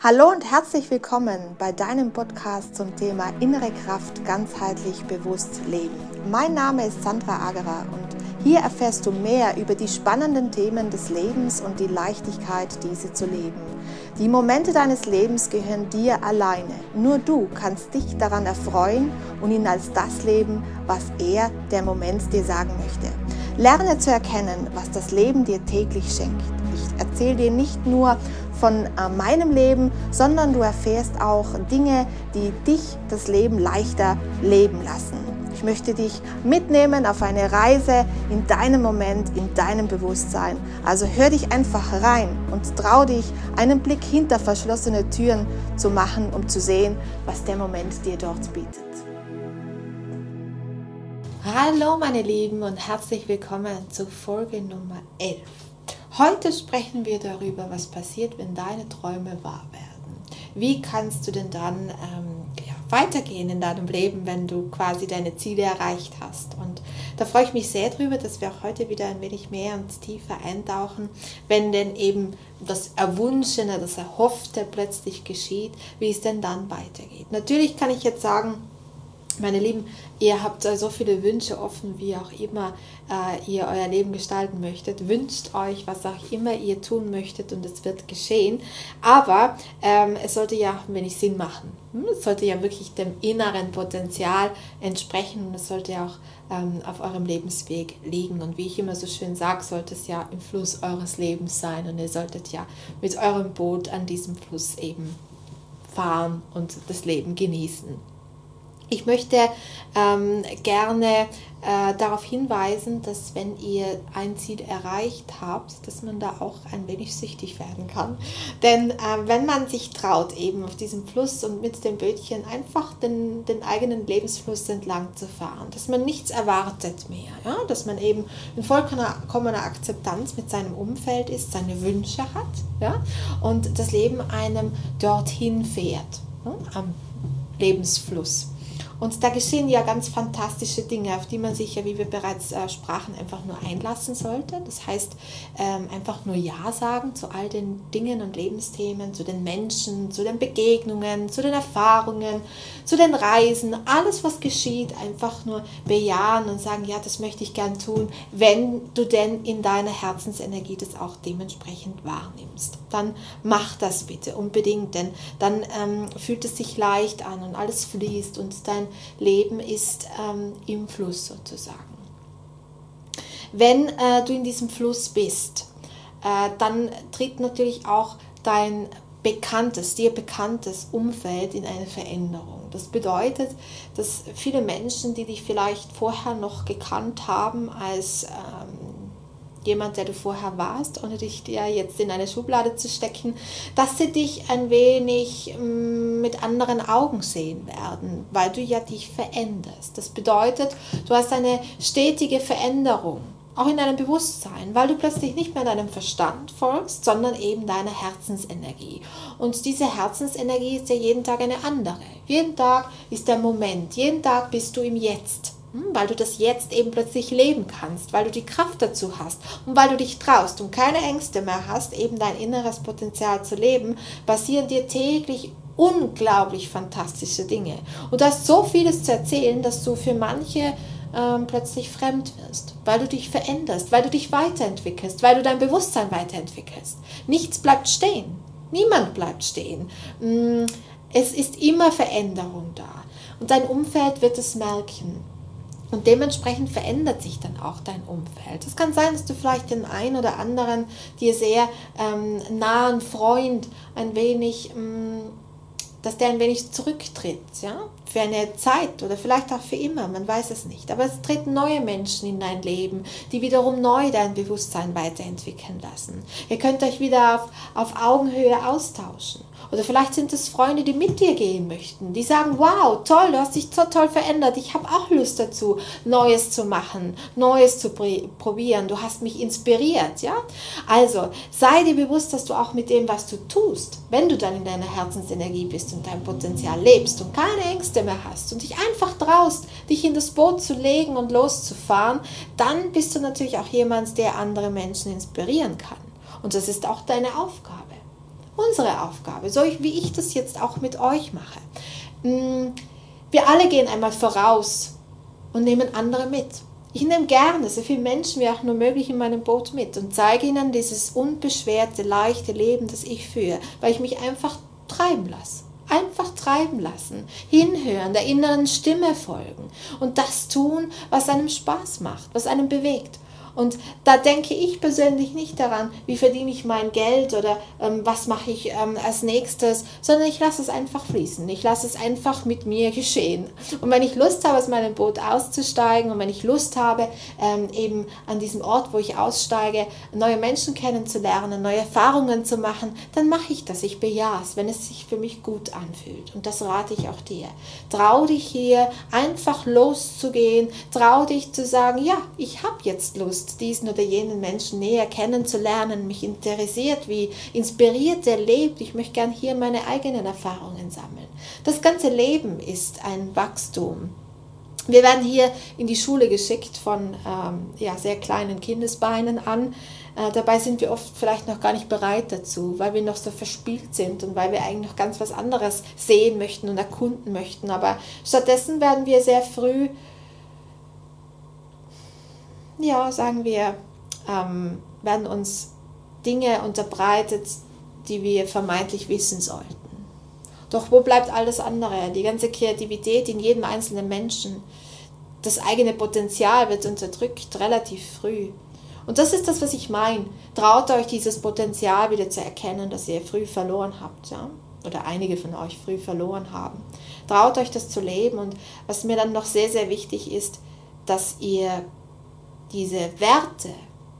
Hallo und herzlich willkommen bei deinem Podcast zum Thema innere Kraft, ganzheitlich bewusst leben. Mein Name ist Sandra Agerer und hier erfährst du mehr über die spannenden Themen des Lebens und die Leichtigkeit, diese zu leben. Die Momente deines Lebens gehören dir alleine. Nur du kannst dich daran erfreuen und ihn als das leben, was er, der Moment, dir sagen möchte. Lerne zu erkennen, was das Leben dir täglich schenkt. Ich erzähle dir nicht nur von meinem Leben, sondern du erfährst auch Dinge, die dich das Leben leichter leben lassen. Ich möchte dich mitnehmen auf eine Reise in deinem Moment, in deinem Bewusstsein. Also hör dich einfach rein und trau dich, einen Blick hinter verschlossene Türen zu machen, um zu sehen, was der Moment dir dort bietet. Hallo meine Lieben und herzlich willkommen zu Folge Nummer 11. Heute sprechen wir darüber, was passiert, wenn deine Träume wahr werden. Wie kannst du denn dann weitergehen in deinem Leben, wenn du quasi deine Ziele erreicht hast? Und da freue ich mich sehr drüber, dass wir auch heute wieder ein wenig mehr und tiefer eintauchen, wenn denn eben das Erwunschene, das Erhoffte plötzlich geschieht, wie es denn dann weitergeht. Natürlich kann ich jetzt sagen, meine Lieben, ihr habt so viele Wünsche offen, wie auch immer ihr euer Leben gestalten möchtet. Wünscht euch, was auch immer ihr tun möchtet und es wird geschehen. Aber es sollte ja auch ein wenig Sinn machen. Es sollte ja wirklich dem inneren Potenzial entsprechen und es sollte ja auch auf eurem Lebensweg liegen. Und wie ich immer so schön sage, sollte es ja im Fluss eures Lebens sein und ihr solltet ja mit eurem Boot an diesem Fluss eben fahren und das Leben genießen. Ich möchte gerne darauf hinweisen, dass wenn ihr ein Ziel erreicht habt, dass man da auch ein wenig süchtig werden kann. Denn wenn man sich traut, eben auf diesem Fluss und mit dem Bötchen einfach den eigenen Lebensfluss entlang zu fahren, dass man nichts erwartet mehr, ja? Dass man eben in vollkommener Akzeptanz mit seinem Umfeld ist, seine Wünsche hat, ja? Und das Leben einem dorthin fährt, ja? Am Lebensfluss. Und da geschehen ja ganz fantastische Dinge, auf die man sich ja, wie wir bereits sprachen, einfach nur einlassen sollte. Das heißt, einfach nur Ja sagen zu all den Dingen und Lebensthemen, zu den Menschen, zu den Begegnungen, zu den Erfahrungen, zu den Reisen. Alles, was geschieht, einfach nur bejahen und sagen, ja, das möchte ich gern tun, wenn du denn in deiner Herzensenergie das auch dementsprechend wahrnimmst. Dann mach das bitte unbedingt, denn dann fühlt es sich leicht an und alles fließt und dein Leben ist im Fluss sozusagen. Wenn du in diesem Fluss bist, dann tritt natürlich auch dein dir bekanntes Umfeld in eine Veränderung. Das bedeutet, dass viele Menschen, die dich vielleicht vorher noch gekannt haben als jemand, der du vorher warst, ohne dich ja jetzt in eine Schublade zu stecken, dass sie dich ein wenig mit anderen Augen sehen werden, weil du ja dich veränderst. Das bedeutet, du hast eine stetige Veränderung, auch in deinem Bewusstsein, weil du plötzlich nicht mehr deinem Verstand folgst, sondern eben deiner Herzensenergie. Und diese Herzensenergie ist ja jeden Tag eine andere. Jeden Tag ist der Moment, jeden Tag bist du im Jetzt. Weil du das jetzt eben plötzlich leben kannst, weil du die Kraft dazu hast und weil du dich traust und keine Ängste mehr hast, eben dein inneres Potenzial zu leben, passieren dir täglich unglaublich fantastische Dinge. Und du hast so vieles zu erzählen, dass du für manche plötzlich fremd wirst, weil du dich veränderst, weil du dich weiterentwickelst, weil du dein Bewusstsein weiterentwickelst. Nichts bleibt stehen. Niemand bleibt stehen. Es ist immer Veränderung da. Und dein Umfeld wird es merken. Und dementsprechend verändert sich dann auch dein Umfeld. Es kann sein, dass du vielleicht den einen oder anderen dir sehr nahen Freund dass der ein wenig zurücktritt, ja, für eine Zeit oder vielleicht auch für immer, man weiß es nicht. Aber es treten neue Menschen in dein Leben, die wiederum neu dein Bewusstsein weiterentwickeln lassen. Ihr könnt euch wieder auf Augenhöhe austauschen. Oder vielleicht sind es Freunde, die mit dir gehen möchten, die sagen, wow, toll, du hast dich so toll verändert, ich habe auch Lust dazu, Neues zu machen, Neues zu probieren, du hast mich inspiriert, ja? Also, sei dir bewusst, dass du auch mit dem, was du tust, wenn du dann in deiner Herzensenergie bist und dein Potenzial lebst und keine Ängste mehr hast und dich einfach traust, dich in das Boot zu legen und loszufahren, dann bist du natürlich auch jemand, der andere Menschen inspirieren kann. Und das ist auch deine Aufgabe. unsere Aufgabe, so wie ich das jetzt auch mit euch mache. Wir alle gehen einmal voraus und nehmen andere mit. Ich nehme gerne so viele Menschen wie auch nur möglich in meinem Boot mit und zeige ihnen dieses unbeschwerte, leichte Leben, das ich führe, weil ich mich einfach treiben lasse. Einfach treiben lassen, hinhören, der inneren Stimme folgen und das tun, was einem Spaß macht, was einem bewegt. Und da denke ich persönlich nicht daran, wie verdiene ich mein Geld oder was mache ich als nächstes, sondern ich lasse es einfach fließen. Ich lasse es einfach mit mir geschehen. Und wenn ich Lust habe, aus meinem Boot auszusteigen und wenn ich Lust habe, eben an diesem Ort, wo ich aussteige, neue Menschen kennenzulernen, neue Erfahrungen zu machen, dann mache ich das. Ich bejahe es, wenn es sich für mich gut anfühlt. Und das rate ich auch dir. Trau dich hier, einfach loszugehen. Trau dich zu sagen, ja, ich habe jetzt Lust, diesen oder jenen Menschen näher kennenzulernen, mich interessiert, wie inspiriert er lebt. Ich möchte gern hier meine eigenen Erfahrungen sammeln. Das ganze Leben ist ein Wachstum. Wir werden hier in die Schule geschickt von sehr kleinen Kindesbeinen an. Dabei sind wir oft vielleicht noch gar nicht bereit dazu, weil wir noch so verspielt sind und weil wir eigentlich noch ganz was anderes sehen möchten und erkunden möchten. Aber stattdessen werden wir sehr früh sagen wir, werden uns Dinge unterbreitet, die wir vermeintlich wissen sollten. Doch wo bleibt alles andere? Die ganze Kreativität in jedem einzelnen Menschen, das eigene Potenzial wird unterdrückt relativ früh. Und das ist das, was ich meine. Traut euch, dieses Potenzial wieder zu erkennen, das ihr früh verloren habt, ja? Oder einige von euch früh verloren haben. Traut euch, das zu leben. Und was mir dann noch sehr, sehr wichtig ist, dass ihr diese Werte,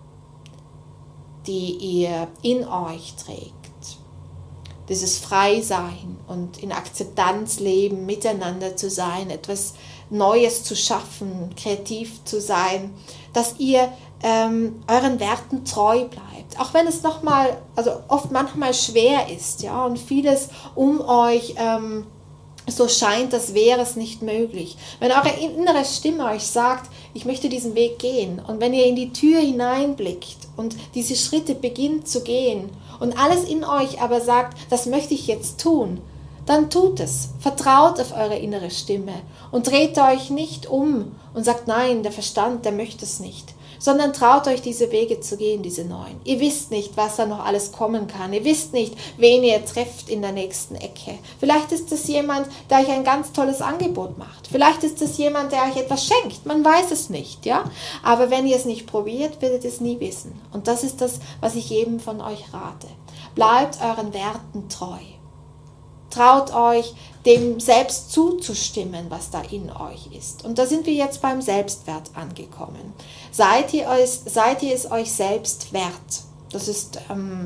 die ihr in euch trägt, dieses Freisein und in Akzeptanz leben, miteinander zu sein, etwas Neues zu schaffen, kreativ zu sein, dass ihr euren Werten treu bleibt. Auch wenn es oft manchmal schwer ist, ja, und vieles um euch so scheint, als wäre es nicht möglich. Wenn eure innere Stimme euch sagt, ich möchte diesen Weg gehen, und wenn ihr in die Tür hineinblickt und diese Schritte beginnt zu gehen und alles in euch aber sagt, das möchte ich jetzt tun, dann tut es. Vertraut auf eure innere Stimme und dreht euch nicht um und sagt, nein, der Verstand, der möchte es nicht. Sondern traut euch, diese Wege zu gehen, diese neuen. Ihr wisst nicht, was da noch alles kommen kann. Ihr wisst nicht, wen ihr trefft in der nächsten Ecke. Vielleicht ist es jemand, der euch ein ganz tolles Angebot macht. Vielleicht ist es jemand, der euch etwas schenkt. Man weiß es nicht, ja. Aber wenn ihr es nicht probiert, werdet ihr es nie wissen. Und das ist das, was ich jedem von euch rate. Bleibt euren Werten treu. Traut euch, dem selbst zuzustimmen, was da in euch ist. Und da sind wir jetzt beim Selbstwert angekommen. Seid ihr es euch selbst wert? Das ist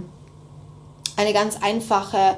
eine ganz einfache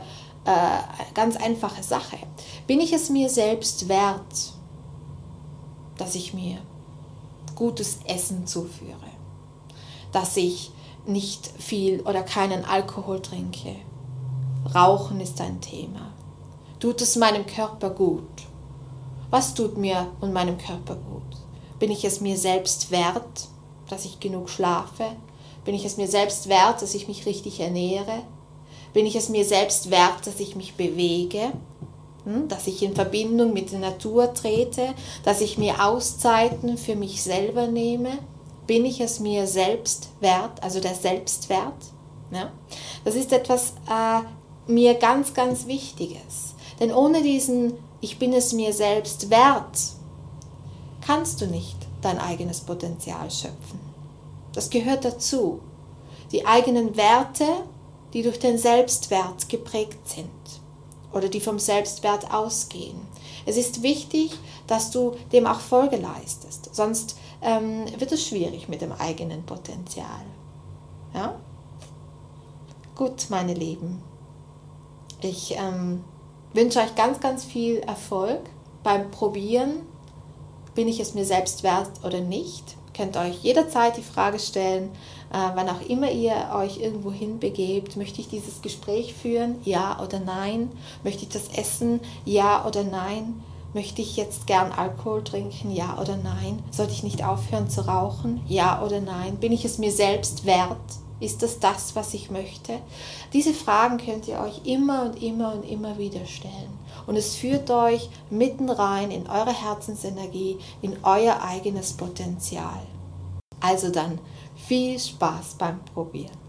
Sache. Bin ich es mir selbst wert, dass ich mir gutes Essen zuführe? Dass ich nicht viel oder keinen Alkohol trinke? Rauchen ist ein Thema. Tut es meinem Körper gut? Was tut mir und meinem Körper gut? Bin ich es mir selbst wert, dass ich genug schlafe? Bin ich es mir selbst wert, dass ich mich richtig ernähre? Bin ich es mir selbst wert, dass ich mich bewege? Dass ich in Verbindung mit der Natur trete? Dass ich mir Auszeiten für mich selber nehme? Bin ich es mir selbst wert, also der Selbstwert? Ja? Das ist etwas mir ganz, ganz Wichtiges. Denn ohne diesen Ich bin es mir selbst wert, kannst du nicht dein eigenes Potenzial schöpfen. Das gehört dazu. Die eigenen Werte, die durch den Selbstwert geprägt sind oder die vom Selbstwert ausgehen. Es ist wichtig, dass du dem auch Folge leistest, sonst wird es schwierig mit dem eigenen Potenzial. Ja? Gut, meine Lieben. Ich wünsche euch ganz, ganz viel Erfolg beim Probieren. Bin ich es mir selbst wert oder nicht? Könnt euch jederzeit die Frage stellen, wann auch immer ihr euch irgendwo hinbegebt. Möchte ich dieses Gespräch führen? Ja oder nein? Möchte ich das essen? Ja oder nein? Möchte ich jetzt gern Alkohol trinken? Ja oder nein? Sollte ich nicht aufhören zu rauchen? Ja oder nein? Bin ich es mir selbst wert? Ist das das, was ich möchte? Diese Fragen könnt ihr euch immer und immer und immer wieder stellen. Und es führt euch mitten rein in eure Herzensenergie, in euer eigenes Potenzial. Also dann viel Spaß beim Probieren.